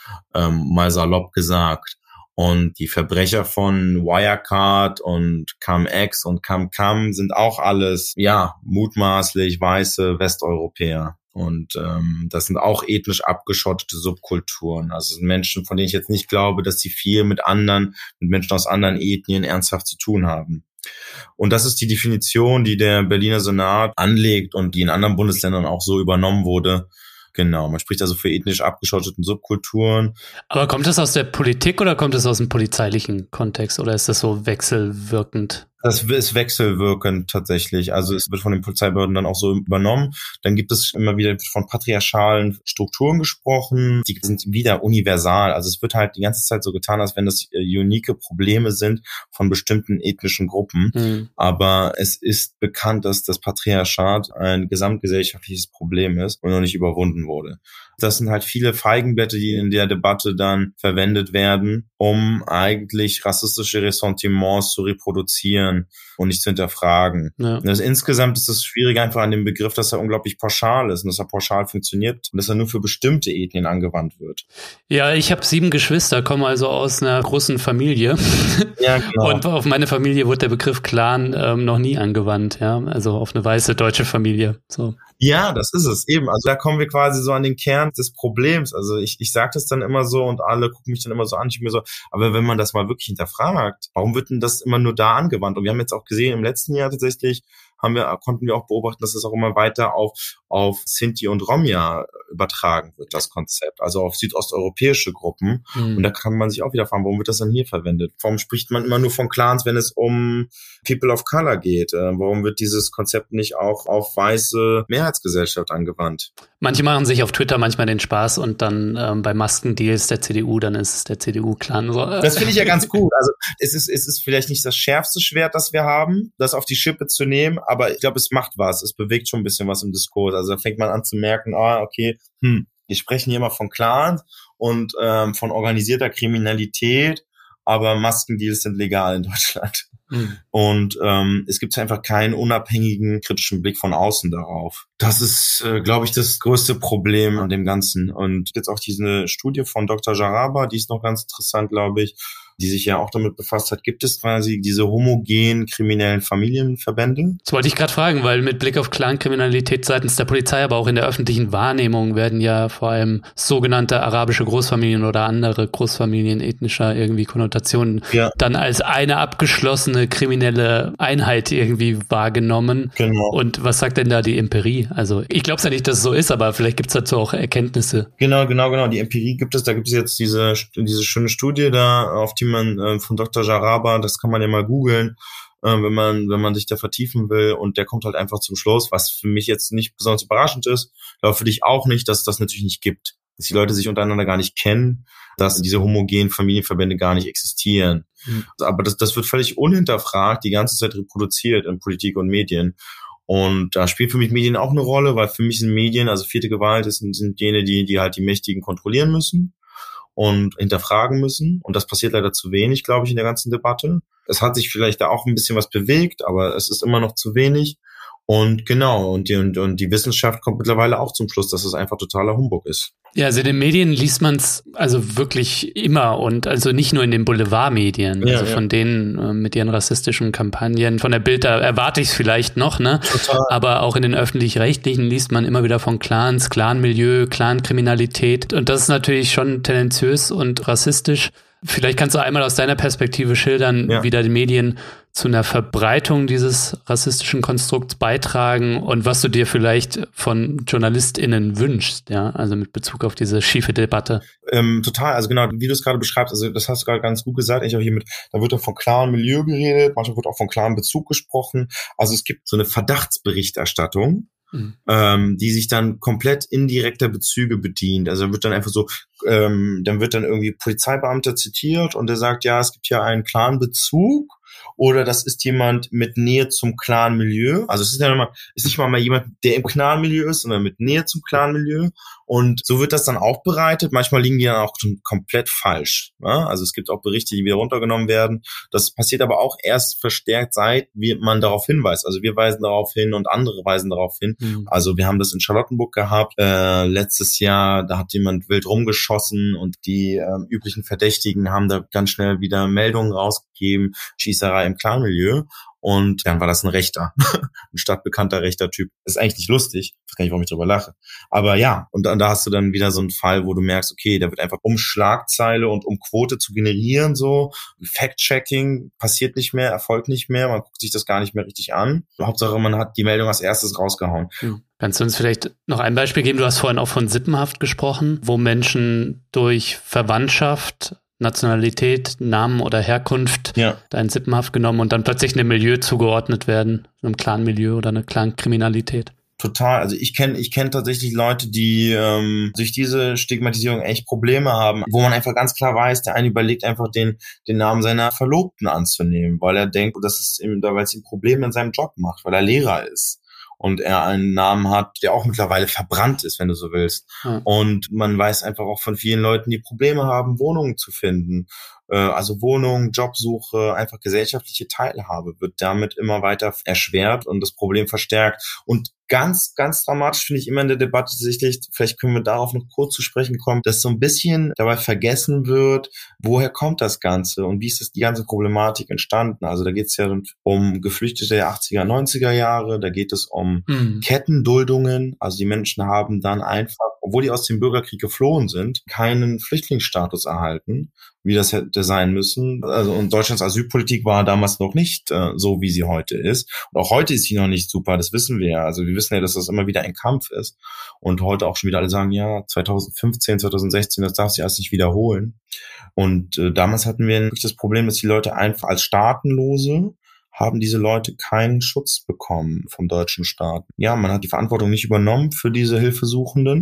mal salopp gesagt. Und die Verbrecher von Wirecard und Cum-Ex und Cum-Cam sind auch alles, mutmaßlich weiße Westeuropäer. Und das sind auch ethnisch abgeschottete Subkulturen. Also Menschen, von denen ich jetzt nicht glaube, dass sie viel mit Menschen aus anderen Ethnien ernsthaft zu tun haben. Und das ist die Definition, die der Berliner Senat anlegt und die in anderen Bundesländern auch so übernommen wurde. Genau, man spricht also für ethnisch abgeschotteten Subkulturen. Aber kommt das aus der Politik oder kommt das aus dem polizeilichen Kontext oder ist das so wechselwirkend? Das ist wechselwirkend tatsächlich. Also es wird von den Polizeibehörden dann auch so übernommen. Dann gibt es immer wieder von patriarchalen Strukturen gesprochen. Die sind wieder universal. Also es wird halt die ganze Zeit so getan, als wenn das unique Probleme sind von bestimmten ethnischen Gruppen. Aber es ist bekannt, dass das Patriarchat ein gesamtgesellschaftliches Problem ist und noch nicht überwunden wurde. Das sind halt viele Feigenblätter, die in der Debatte dann verwendet werden, um eigentlich rassistische Ressentiments zu reproduzieren und nicht zu hinterfragen. Ja. Insgesamt ist es schwierig einfach an dem Begriff, dass er unglaublich pauschal ist und dass er pauschal funktioniert und dass er nur für bestimmte Ethnien angewandt wird. Ja, ich habe 7 Geschwister, komme also aus einer großen Familie. Ja, genau. Und auf meine Familie wurde der Begriff Clan noch nie angewandt, ja, also auf eine weiße deutsche Familie. So. Ja, das ist es eben. Also da kommen wir quasi so an den Kern des Problems. Also ich sage das dann immer so und alle gucken mich dann immer so an. Ich mir so, aber wenn man das mal wirklich hinterfragt, warum wird denn das immer nur da angewandt? Und wir haben jetzt auch gesehen, im letzten Jahr tatsächlich konnten wir auch beobachten, dass es auch immer weiter auf Sinti und Romja übertragen wird, das Konzept, also auf südosteuropäische Gruppen. Und da kann man sich auch wieder fragen, warum wird das dann hier verwendet? Warum spricht man immer nur von Clans, wenn es um People of Color geht? Warum wird dieses Konzept nicht auch auf weiße Mehrheitsgesellschaft angewandt? Manche machen sich auf Twitter manchmal den Spaß und dann bei Maskendeals der CDU, dann ist es der CDU-Clan. So. Das finde ich ja ganz gut. Also es ist vielleicht nicht das schärfste Schwert, das wir haben, das auf die Schippe zu nehmen, aber ich glaube, es macht was. Es bewegt schon ein bisschen was im Diskurs. Also da fängt man an zu merken, okay, wir sprechen hier immer von Clans und von organisierter Kriminalität aber Maskendeals sind legal in Deutschland. Und es gibt einfach keinen unabhängigen kritischen Blick von außen darauf. Das ist, glaube ich, das größte Problem an dem Ganzen. Und jetzt auch diese Studie von Dr. Jaraba, die ist noch ganz interessant, glaube ich, die sich ja auch damit befasst hat. Gibt es quasi diese homogenen kriminellen Familienverbände? Das wollte ich gerade fragen, weil mit Blick auf Clankriminalität seitens der Polizei, aber auch in der öffentlichen Wahrnehmung werden ja vor allem sogenannte arabische Großfamilien oder andere Großfamilien ethnischer irgendwie Konnotationen dann als eine abgeschlossene kriminelle Einheit irgendwie wahrgenommen. Genau. Und was sagt denn da die Empirie? Also ich glaube es ja nicht, dass es so ist, aber vielleicht gibt es dazu auch Erkenntnisse. Genau. Die Empirie gibt es. Da gibt es jetzt diese schöne Studie da, auf die man von Dr. Jaraba, das kann man ja mal googeln, wenn man sich da vertiefen will, und der kommt halt einfach zum Schluss, was für mich jetzt nicht besonders überraschend ist, aber für dich auch nicht, dass es das natürlich nicht gibt, dass die Leute sich untereinander gar nicht kennen, dass diese homogenen Familienverbände gar nicht existieren. Aber das wird völlig unhinterfragt die ganze Zeit reproduziert in Politik und Medien. Und da spielt für mich Medien auch eine Rolle, weil für mich sind Medien, also vierte Gewalt, sind jene, die halt die Mächtigen kontrollieren müssen und hinterfragen müssen. Und das passiert leider zu wenig, glaube ich, in der ganzen Debatte. Es hat sich vielleicht da auch ein bisschen was bewegt, aber es ist immer noch zu wenig. Und genau, und die Wissenschaft kommt mittlerweile auch zum Schluss, dass es einfach totaler Humbug ist. Ja, also in den Medien liest man es also wirklich immer, und also nicht nur in den Boulevardmedien, also von denen mit ihren rassistischen Kampagnen. Von der Bild, da erwarte ich es vielleicht noch, ne? Total. Aber auch in den öffentlich-rechtlichen liest man immer wieder von Clans, Clanmilieu, Clankriminalität, und das ist natürlich schon tendenziös und rassistisch. Vielleicht kannst du einmal aus deiner Perspektive schildern, wie da die Medien zu einer Verbreitung dieses rassistischen Konstrukts beitragen und was du dir vielleicht von JournalistInnen wünschst, ja, also mit Bezug auf diese schiefe Debatte. Total, also genau, wie du es gerade beschreibst, also das hast du gerade ganz gut gesagt, ich auch hiermit, da wird auch von klaren Milieu geredet, manchmal wird auch von klaren Bezug gesprochen, also es gibt so eine Verdachtsberichterstattung, die sich dann komplett indirekter Bezüge bedient. Also wird dann einfach so, dann wird dann irgendwie Polizeibeamter zitiert und der sagt, ja, es gibt hier einen klaren Bezug, oder das ist jemand mit Nähe zum Clan-Milieu. Also es ist ja nicht mal jemand, der im Clan-Milieu ist, sondern mit Nähe zum Clan-Milieu. Und so wird das dann aufbereitet. Manchmal liegen die dann auch schon komplett falsch. Ja? Also es gibt auch Berichte, die wieder runtergenommen werden. Das passiert aber auch erst verstärkt, seit man darauf hinweist. Also wir weisen darauf hin und andere weisen darauf hin. Also wir haben das in Charlottenburg gehabt. Letztes Jahr, da hat jemand wild rumgeschossen und die üblichen Verdächtigen haben da ganz schnell wieder Meldungen rausgegeben. Schießerei im Clanmilieu. Und dann war das ein Rechter, ein stadtbekannter rechter Typ. Das ist eigentlich nicht lustig, ich weiß gar nicht, warum ich drüber lache. Aber ja, und da hast du dann wieder so einen Fall, wo du merkst, okay, da wird einfach um Schlagzeile und um Quote zu generieren, so Fact-Checking passiert nicht mehr, erfolgt nicht mehr, man guckt sich das gar nicht mehr richtig an. Hauptsache, man hat die Meldung als erstes rausgehauen. Kannst du uns vielleicht noch ein Beispiel geben? Du hast vorhin auch von Sippenhaft gesprochen, wo Menschen durch Verwandtschaft, Nationalität, Namen oder Herkunft da in Sippenhaft genommen und dann plötzlich einem Milieu zugeordnet werden, einem Clan-Milieu oder einer Clan-Kriminalität. Total. Also ich kenn tatsächlich Leute, die durch diese Stigmatisierung echt Probleme haben, wo man einfach ganz klar weiß, der eine überlegt einfach den Namen seiner Verlobten anzunehmen, weil er denkt, dass es ihm, weil es ihm Probleme in seinem Job macht, weil er Lehrer ist. Und er einen Namen hat, der auch mittlerweile verbrannt ist, wenn du so willst. Und man weiß einfach auch von vielen Leuten, die Probleme haben, Wohnungen zu finden. Also Wohnung, Jobsuche, einfach gesellschaftliche Teilhabe wird damit immer weiter erschwert und das Problem verstärkt. Und ganz, ganz dramatisch finde ich immer in der Debatte sichtlich, vielleicht können wir darauf noch kurz zu sprechen kommen, dass so ein bisschen dabei vergessen wird, woher kommt das Ganze und wie ist die ganze Problematik entstanden. Also da geht es ja um Geflüchtete der 80er, 90er Jahre, da geht es um Kettenduldungen, also die Menschen haben dann einfach, obwohl die aus dem Bürgerkrieg geflohen sind, keinen Flüchtlingsstatus erhalten, wie das hätte sein müssen. Also und Deutschlands Asylpolitik war damals noch nicht so, wie sie heute ist. Und auch heute ist sie noch nicht super, das wissen wir ja. Also wir wissen ja, dass das immer wieder ein Kampf ist. Und heute auch schon wieder alle sagen, ja, 2015, 2016, das darf sich alles nicht wiederholen. Und damals hatten wir wirklich das Problem, dass die Leute einfach als Staatenlose haben diese Leute keinen Schutz bekommen vom deutschen Staat. Ja, man hat die Verantwortung nicht übernommen für diese Hilfesuchenden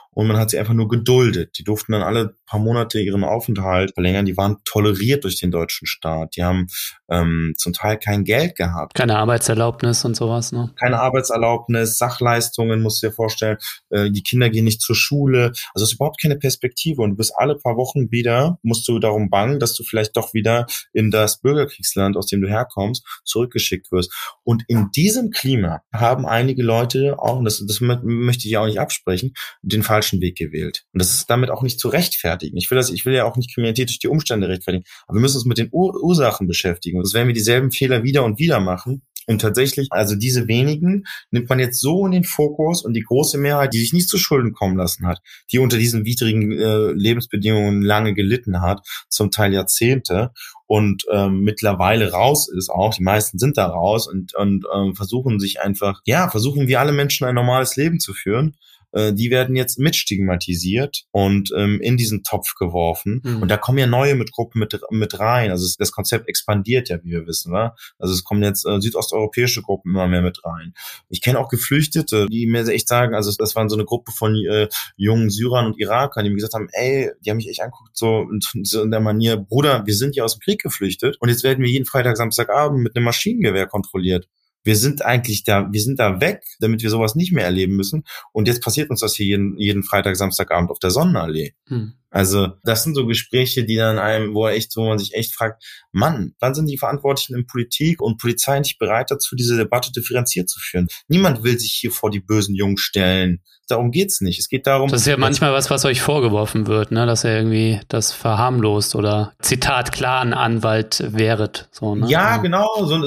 und man hat sie einfach nur geduldet. Die durften dann alle paar Monate ihren Aufenthalt verlängern. Die waren toleriert durch den deutschen Staat. Die haben zum Teil kein Geld gehabt. Keine Arbeitserlaubnis und sowas, ne? Keine Arbeitserlaubnis, Sachleistungen, musst du dir vorstellen. Die Kinder gehen nicht zur Schule. Also es ist überhaupt keine Perspektive. Und du bist alle paar Wochen wieder, musst du darum bangen, dass du vielleicht doch wieder in das Bürgerkriegsland, aus dem du herkommst, zurückgeschickt wirst. Und in diesem Klima haben einige Leute auch, und das möchte ich ja auch nicht absprechen, den falschen Weg gewählt. Und das ist damit auch nicht zu rechtfertigen. Ich will ja auch nicht Kriminalität durch die Umstände rechtfertigen. Aber wir müssen uns mit den Ursachen beschäftigen. Das werden wir dieselben Fehler wieder und wieder machen. Und tatsächlich, also diese wenigen nimmt man jetzt so in den Fokus und die große Mehrheit, die sich nicht zu Schulden kommen lassen hat, die unter diesen widrigen Lebensbedingungen lange gelitten hat, zum Teil Jahrzehnte und mittlerweile raus ist auch, die meisten sind da raus und versuchen wie alle Menschen ein normales Leben zu führen. Die werden jetzt mitstigmatisiert und in diesen Topf geworfen. Und da kommen ja neue Gruppen mit rein. Also das Konzept expandiert ja, wie wir wissen. Ne? Also es kommen jetzt südosteuropäische Gruppen immer mehr mit rein. Ich kenne auch Geflüchtete, die mir echt sagen, also das waren so eine Gruppe von jungen Syrern und Irakern, die mir gesagt haben, ey, die haben mich echt angeguckt, so in der Manier, Bruder, wir sind ja aus dem Krieg geflüchtet und jetzt werden wir jeden Freitag, Samstagabend mit einem Maschinengewehr kontrolliert. Wir sind da weg, damit wir sowas nicht mehr erleben müssen. Und jetzt passiert uns das hier jeden Freitag, Samstagabend auf der Sonnenallee. Also, das sind so Gespräche, die dann wo man sich echt fragt, Mann, wann sind die Verantwortlichen in Politik und Polizei nicht bereit dazu, diese Debatte differenziert zu führen? Niemand will sich hier vor die bösen Jungs stellen. Darum geht's nicht. Es geht darum. Das ist ja manchmal was euch vorgeworfen wird, ne, dass ihr irgendwie das verharmlost oder Zitat klar ein Anwalt wäret, so, ne? Ja, genau.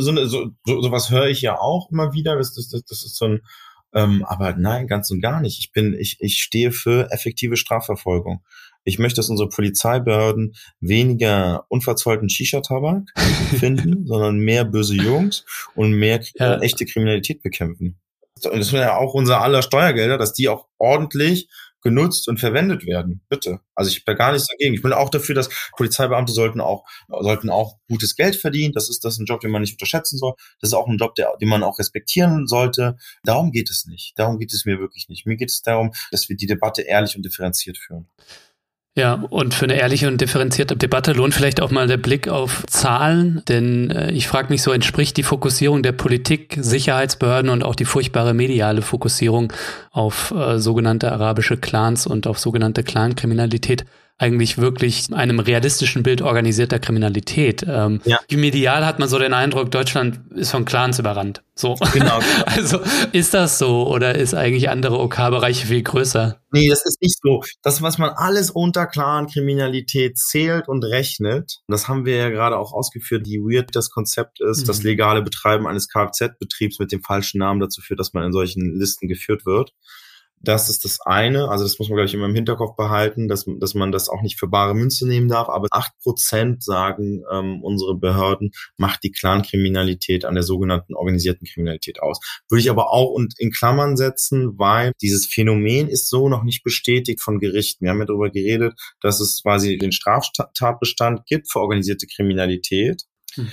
Sowas höre ich ja auch immer wieder. Das ist so ein, aber nein, ganz und gar nicht. Ich stehe für effektive Strafverfolgung. Ich möchte, dass unsere Polizeibehörden weniger unverzollten Shisha-Tabak finden, sondern mehr böse Jungs und mehr echte Kriminalität bekämpfen. Und das sind ja auch unser aller Steuergelder, dass die auch ordentlich genutzt und verwendet werden. Bitte. Also ich habe da gar nichts dagegen. Ich bin auch dafür, dass Polizeibeamte sollten auch gutes Geld verdienen. Das ist ein Job, den man nicht unterschätzen soll. Das ist auch ein Job, den man auch respektieren sollte. Darum geht es nicht. Darum geht es mir wirklich nicht. Mir geht es darum, dass wir die Debatte ehrlich und differenziert führen. Ja, und für eine ehrliche und differenzierte Debatte lohnt vielleicht auch mal der Blick auf Zahlen, denn ich frage mich so, entspricht die Fokussierung der Politik, Sicherheitsbehörden und auch die furchtbare mediale Fokussierung auf sogenannte arabische Clans und auf sogenannte Clankriminalität eigentlich wirklich einem realistischen Bild organisierter Kriminalität? Medial hat man so den Eindruck, Deutschland ist von Clans überrannt. So. Genau. Also ist das so oder ist eigentlich andere OK-Bereiche viel größer? Nee, das ist nicht so. Das, was man alles unter Clan-Kriminalität zählt und rechnet, das haben wir ja gerade auch ausgeführt, wie weird das Konzept ist, das legale Betreiben eines Kfz-Betriebs mit dem falschen Namen dazu führt, dass man in solchen Listen geführt wird. Das ist das eine, also das muss man, glaube ich, immer im Hinterkopf behalten, dass man das auch nicht für bare Münze nehmen darf, aber 8% sagen unsere Behörden, macht die Clankriminalität an der sogenannten organisierten Kriminalität aus. Würde ich aber auch in Klammern setzen, weil dieses Phänomen ist so noch nicht bestätigt von Gerichten. Wir haben ja darüber geredet, dass es quasi den Straftatbestand gibt für organisierte Kriminalität.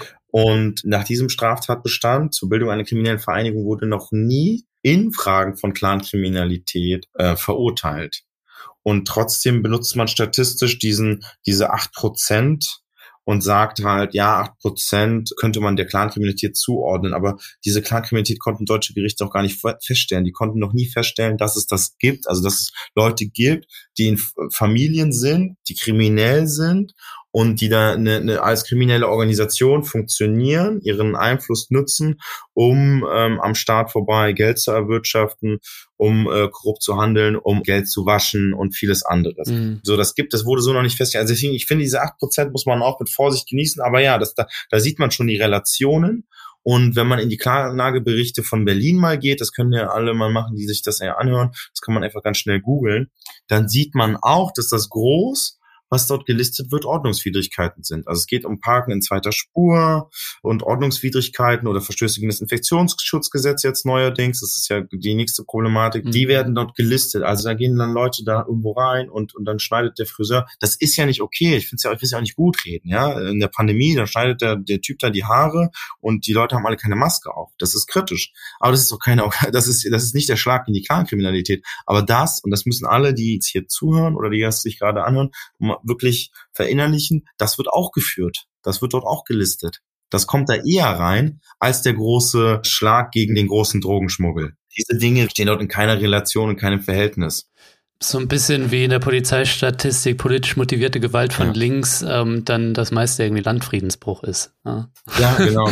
Und nach diesem Straftatbestand zur Bildung einer kriminellen Vereinigung wurde noch nie in Fragen von Clankriminalität verurteilt. Und trotzdem benutzt man statistisch diese 8% und sagt halt, ja, 8% könnte man der Clankriminalität zuordnen. Aber diese Clankriminalität konnten deutsche Gerichte auch gar nicht feststellen. Die konnten noch nie feststellen, dass es das gibt, also dass es Leute gibt, die in Familien sind, die kriminell sind und die da als kriminelle Organisation funktionieren, ihren Einfluss nutzen, um am Staat vorbei Geld zu erwirtschaften, um korrupt zu handeln, um Geld zu waschen und vieles anderes. So, das wurde so noch nicht festgestellt. Also deswegen, ich finde, diese 8% muss man auch mit Vorsicht genießen, aber ja, da sieht man schon die Relationen. Und wenn man in die Klageberichte von Berlin mal geht, das können ja alle mal machen, die sich das ja anhören, das kann man einfach ganz schnell googeln, dann sieht man auch, dass das Gros was dort gelistet wird, Ordnungswidrigkeiten sind. Also es geht um Parken in zweiter Spur und Ordnungswidrigkeiten oder Verstöße gegen das Infektionsschutzgesetz jetzt neuerdings. Das ist ja die nächste Problematik. Die werden dort gelistet. Also da gehen dann Leute da irgendwo rein und dann schneidet der Friseur. Das ist ja nicht okay. Ich will es ja auch nicht gut reden. Ja, in der Pandemie, da schneidet der Typ da die Haare und die Leute haben alle keine Maske auf. Das ist kritisch. Aber das ist auch das ist nicht der Schlag in die Clankriminalität. Aber und das müssen alle, die jetzt hier zuhören oder die das sich gerade anhören, wirklich verinnerlichen, das wird auch geführt. Das wird dort auch gelistet. Das kommt da eher rein als der große Schlag gegen den großen Drogenschmuggel. Diese Dinge stehen dort in keiner Relation, in keinem Verhältnis. So ein bisschen wie in der Polizeistatistik politisch motivierte Gewalt von links, dann das meiste irgendwie Landfriedensbruch ist. Ja, genau.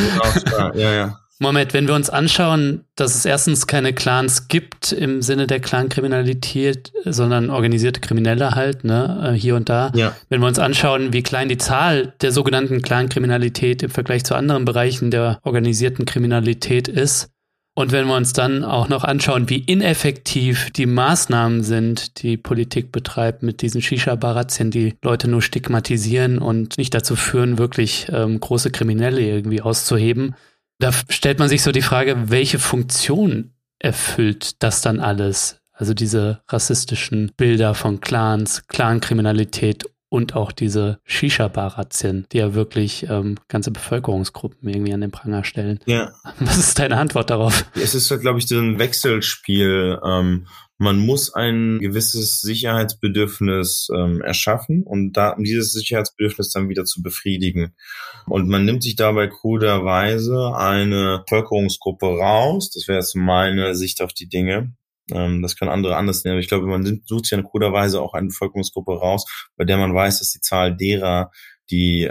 Ja. Moment, wenn wir uns anschauen, dass es erstens keine Clans gibt im Sinne der Clankriminalität, sondern organisierte Kriminelle halt, ne, hier und da. Ja. Wenn wir uns anschauen, wie klein die Zahl der sogenannten Clankriminalität im Vergleich zu anderen Bereichen der organisierten Kriminalität ist. Und wenn wir uns dann auch noch anschauen, wie ineffektiv die Maßnahmen sind, die Politik betreibt mit diesen Shisha-Bar-Razzien, die Leute nur stigmatisieren und nicht dazu führen, wirklich große Kriminelle irgendwie auszuheben. Da stellt man sich so die Frage, welche Funktion erfüllt das dann alles? Also diese rassistischen Bilder von Clans, Clankriminalität und auch diese Shisha-Bar-Razzien, die ja wirklich ganze Bevölkerungsgruppen irgendwie an den Pranger stellen. Ja. Was ist deine Antwort darauf? Es ist, glaube ich, so ein Wechselspiel. Man muss ein gewisses Sicherheitsbedürfnis erschaffen um dieses Sicherheitsbedürfnis dann wieder zu befriedigen. Und man nimmt sich dabei kruderweise eine Bevölkerungsgruppe raus. Das wäre jetzt meine Sicht auf die Dinge. Das können andere anders nehmen. Ich glaube, man sucht sich in kruderweise auch eine Bevölkerungsgruppe raus, bei der man weiß, dass die Zahl derer, die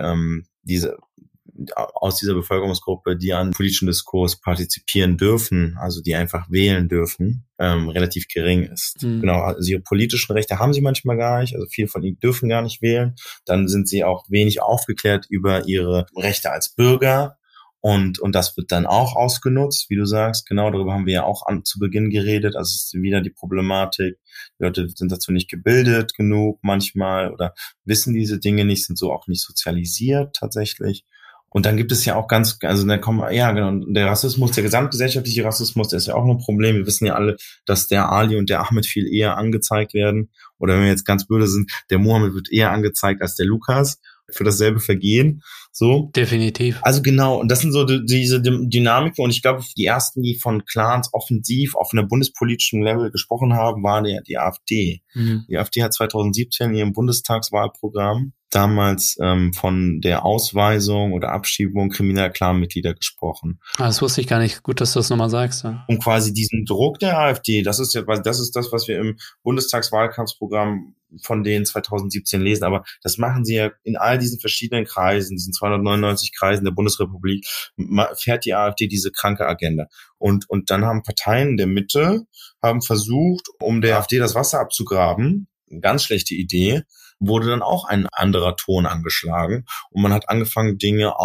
aus dieser Bevölkerungsgruppe, die an politischen Diskurs partizipieren dürfen, also die einfach wählen dürfen, relativ gering ist. Genau, also ihre politischen Rechte haben sie manchmal gar nicht, also viele von ihnen dürfen gar nicht wählen. Dann sind sie auch wenig aufgeklärt über ihre Rechte als Bürger. Und das wird dann auch ausgenutzt, wie du sagst. Genau, darüber haben wir ja auch zu Beginn geredet. Also es ist wieder die Problematik. Die Leute sind dazu nicht gebildet genug manchmal oder wissen diese Dinge nicht, sind so auch nicht sozialisiert tatsächlich. Und dann gibt es ja auch der Rassismus, der gesamtgesellschaftliche Rassismus, der ist ja auch ein Problem. Wir wissen ja alle, dass der Ali und der Ahmed viel eher angezeigt werden. Oder wenn wir jetzt ganz böse sind, der Mohammed wird eher angezeigt als der Lukas für dasselbe Vergehen. So. Definitiv. Also genau, und das sind so diese Dynamiken. Und ich glaube, die ersten, die von Clans offensiv auf einer bundespolitischen Level gesprochen haben, waren die AfD. Die AfD hat 2017 in ihrem Bundestagswahlprogramm damals von der Ausweisung oder Abschiebung krimineller Clanmitglieder gesprochen. Das wusste ich gar nicht. Gut, dass du das nochmal sagst. Ja. Um quasi diesen Druck der AfD, das ist das, was wir im Bundestagswahlkampfprogramm von denen 2017 lesen, aber das machen sie ja in all diesen verschiedenen Kreisen, diesen 299 Kreisen der Bundesrepublik, fährt die AfD diese kranke Agenda. Und dann haben Parteien der Mitte versucht, um der AfD das Wasser abzugraben, eine ganz schlechte Idee, wurde dann auch ein anderer Ton angeschlagen und man hat angefangen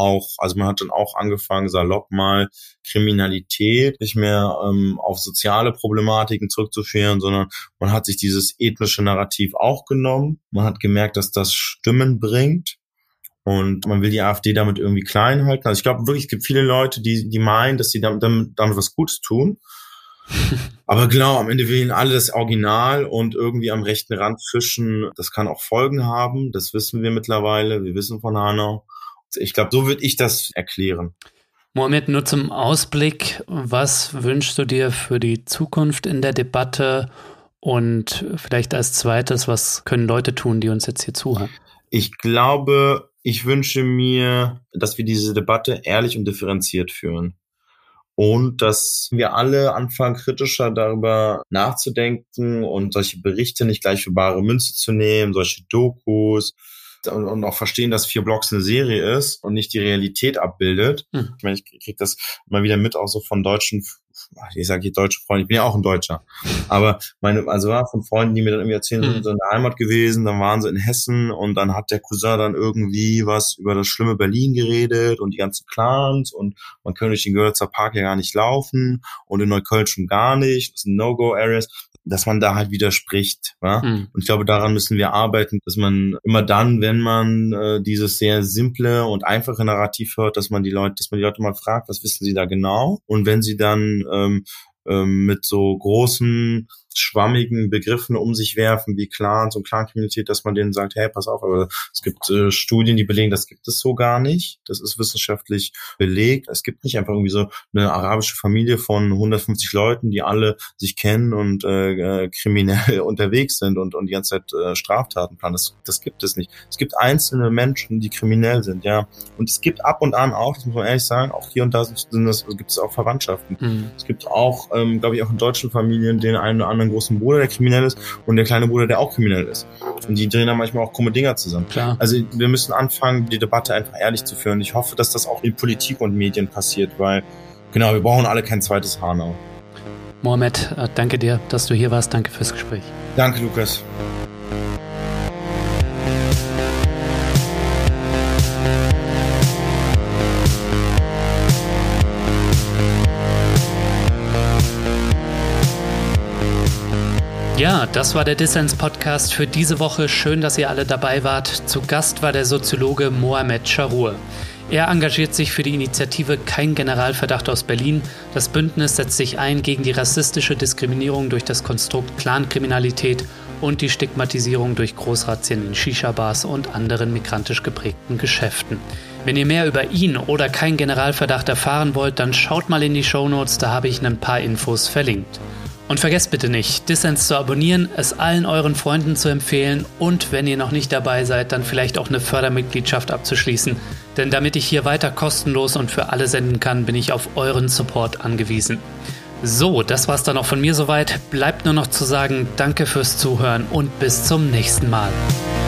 salopp mal Kriminalität nicht mehr auf soziale Problematiken zurückzuführen, sondern man hat sich dieses ethnische Narrativ auch genommen. Man hat gemerkt, dass das Stimmen bringt und man will die AfD damit irgendwie klein halten. Also ich glaube wirklich, es gibt viele Leute, die meinen, dass sie damit was Gutes tun. Aber genau, am Ende wählen alle das Original und irgendwie am rechten Rand fischen. Das kann auch Folgen haben, das wissen wir mittlerweile, wir wissen von Hanau. Ich glaube, so würde ich das erklären. Mohammed, nur zum Ausblick, was wünschst du dir für die Zukunft in der Debatte und vielleicht als zweites, was können Leute tun, die uns jetzt hier zuhören? Ich glaube, ich wünsche mir, dass wir diese Debatte ehrlich und differenziert führen. Und dass wir alle anfangen, kritischer darüber nachzudenken und solche Berichte nicht gleich für bare Münze zu nehmen, solche Dokus und auch verstehen, dass 4 Blocks eine Serie ist und nicht die Realität abbildet. Ich meine, ich kriege das mal wieder mit, auch so von deutschen ich sage hier deutsche Freunde, ich bin ja auch ein Deutscher, aber war von Freunden, die mir dann irgendwie erzählen, sind so in der Heimat gewesen, dann waren sie in Hessen und dann hat der Cousin dann irgendwie was über das schlimme Berlin geredet und die ganzen Clans und man könnte durch den Görlitzer Park ja gar nicht laufen und in Neukölln schon gar nicht, das sind No-Go-Areas, dass man da halt widerspricht. Ja? Und ich glaube, daran müssen wir arbeiten, dass man immer dann, wenn man dieses sehr simple und einfache Narrativ hört, dass man die Leute mal fragt, was wissen sie da genau? Und wenn sie dann mit so großen, schwammigen Begriffen um sich werfen, wie Clans und Clankriminalität, dass man denen sagt, hey, pass auf, aber es gibt Studien, die belegen, das gibt es so gar nicht. Das ist wissenschaftlich belegt. Es gibt nicht einfach irgendwie so eine arabische Familie von 150 Leuten, die alle sich kennen und kriminell unterwegs sind und die ganze Zeit Straftaten planen. Das gibt es nicht. Es gibt einzelne Menschen, die kriminell sind, ja. Und es gibt ab und an auch, das muss man ehrlich sagen, auch hier und da gibt es auch Verwandtschaften. Es gibt auch, glaube ich, auch in deutschen Familien den einen oder anderen großen Bruder, der kriminell ist und der kleine Bruder, der auch kriminell ist. Und die drehen dann manchmal auch krumme Dinger zusammen. Klar. Also wir müssen anfangen, die Debatte einfach ehrlich zu führen. Ich hoffe, dass das auch in Politik und Medien passiert, weil, genau, wir brauchen alle kein zweites Hanau. Mohammed, danke dir, dass du hier warst. Danke fürs Gespräch. Danke, Lukas. Ja, das war der Dissens-Podcast für diese Woche. Schön, dass ihr alle dabei wart. Zu Gast war der Soziologe Mohammed Charur. Er engagiert sich für die Initiative Kein Generalverdacht aus Berlin. Das Bündnis setzt sich ein gegen die rassistische Diskriminierung durch das Konstrukt Clankriminalität und die Stigmatisierung durch Großrazzien in Shisha-Bars und anderen migrantisch geprägten Geschäften. Wenn ihr mehr über ihn oder Kein Generalverdacht erfahren wollt, dann schaut mal in die Shownotes, da habe ich ein paar Infos verlinkt. Und vergesst bitte nicht, Dissens zu abonnieren, es allen euren Freunden zu empfehlen und wenn ihr noch nicht dabei seid, dann vielleicht auch eine Fördermitgliedschaft abzuschließen. Denn damit ich hier weiter kostenlos und für alle senden kann, bin ich auf euren Support angewiesen. So, das war's dann auch von mir soweit. Bleibt nur noch zu sagen, danke fürs Zuhören und bis zum nächsten Mal.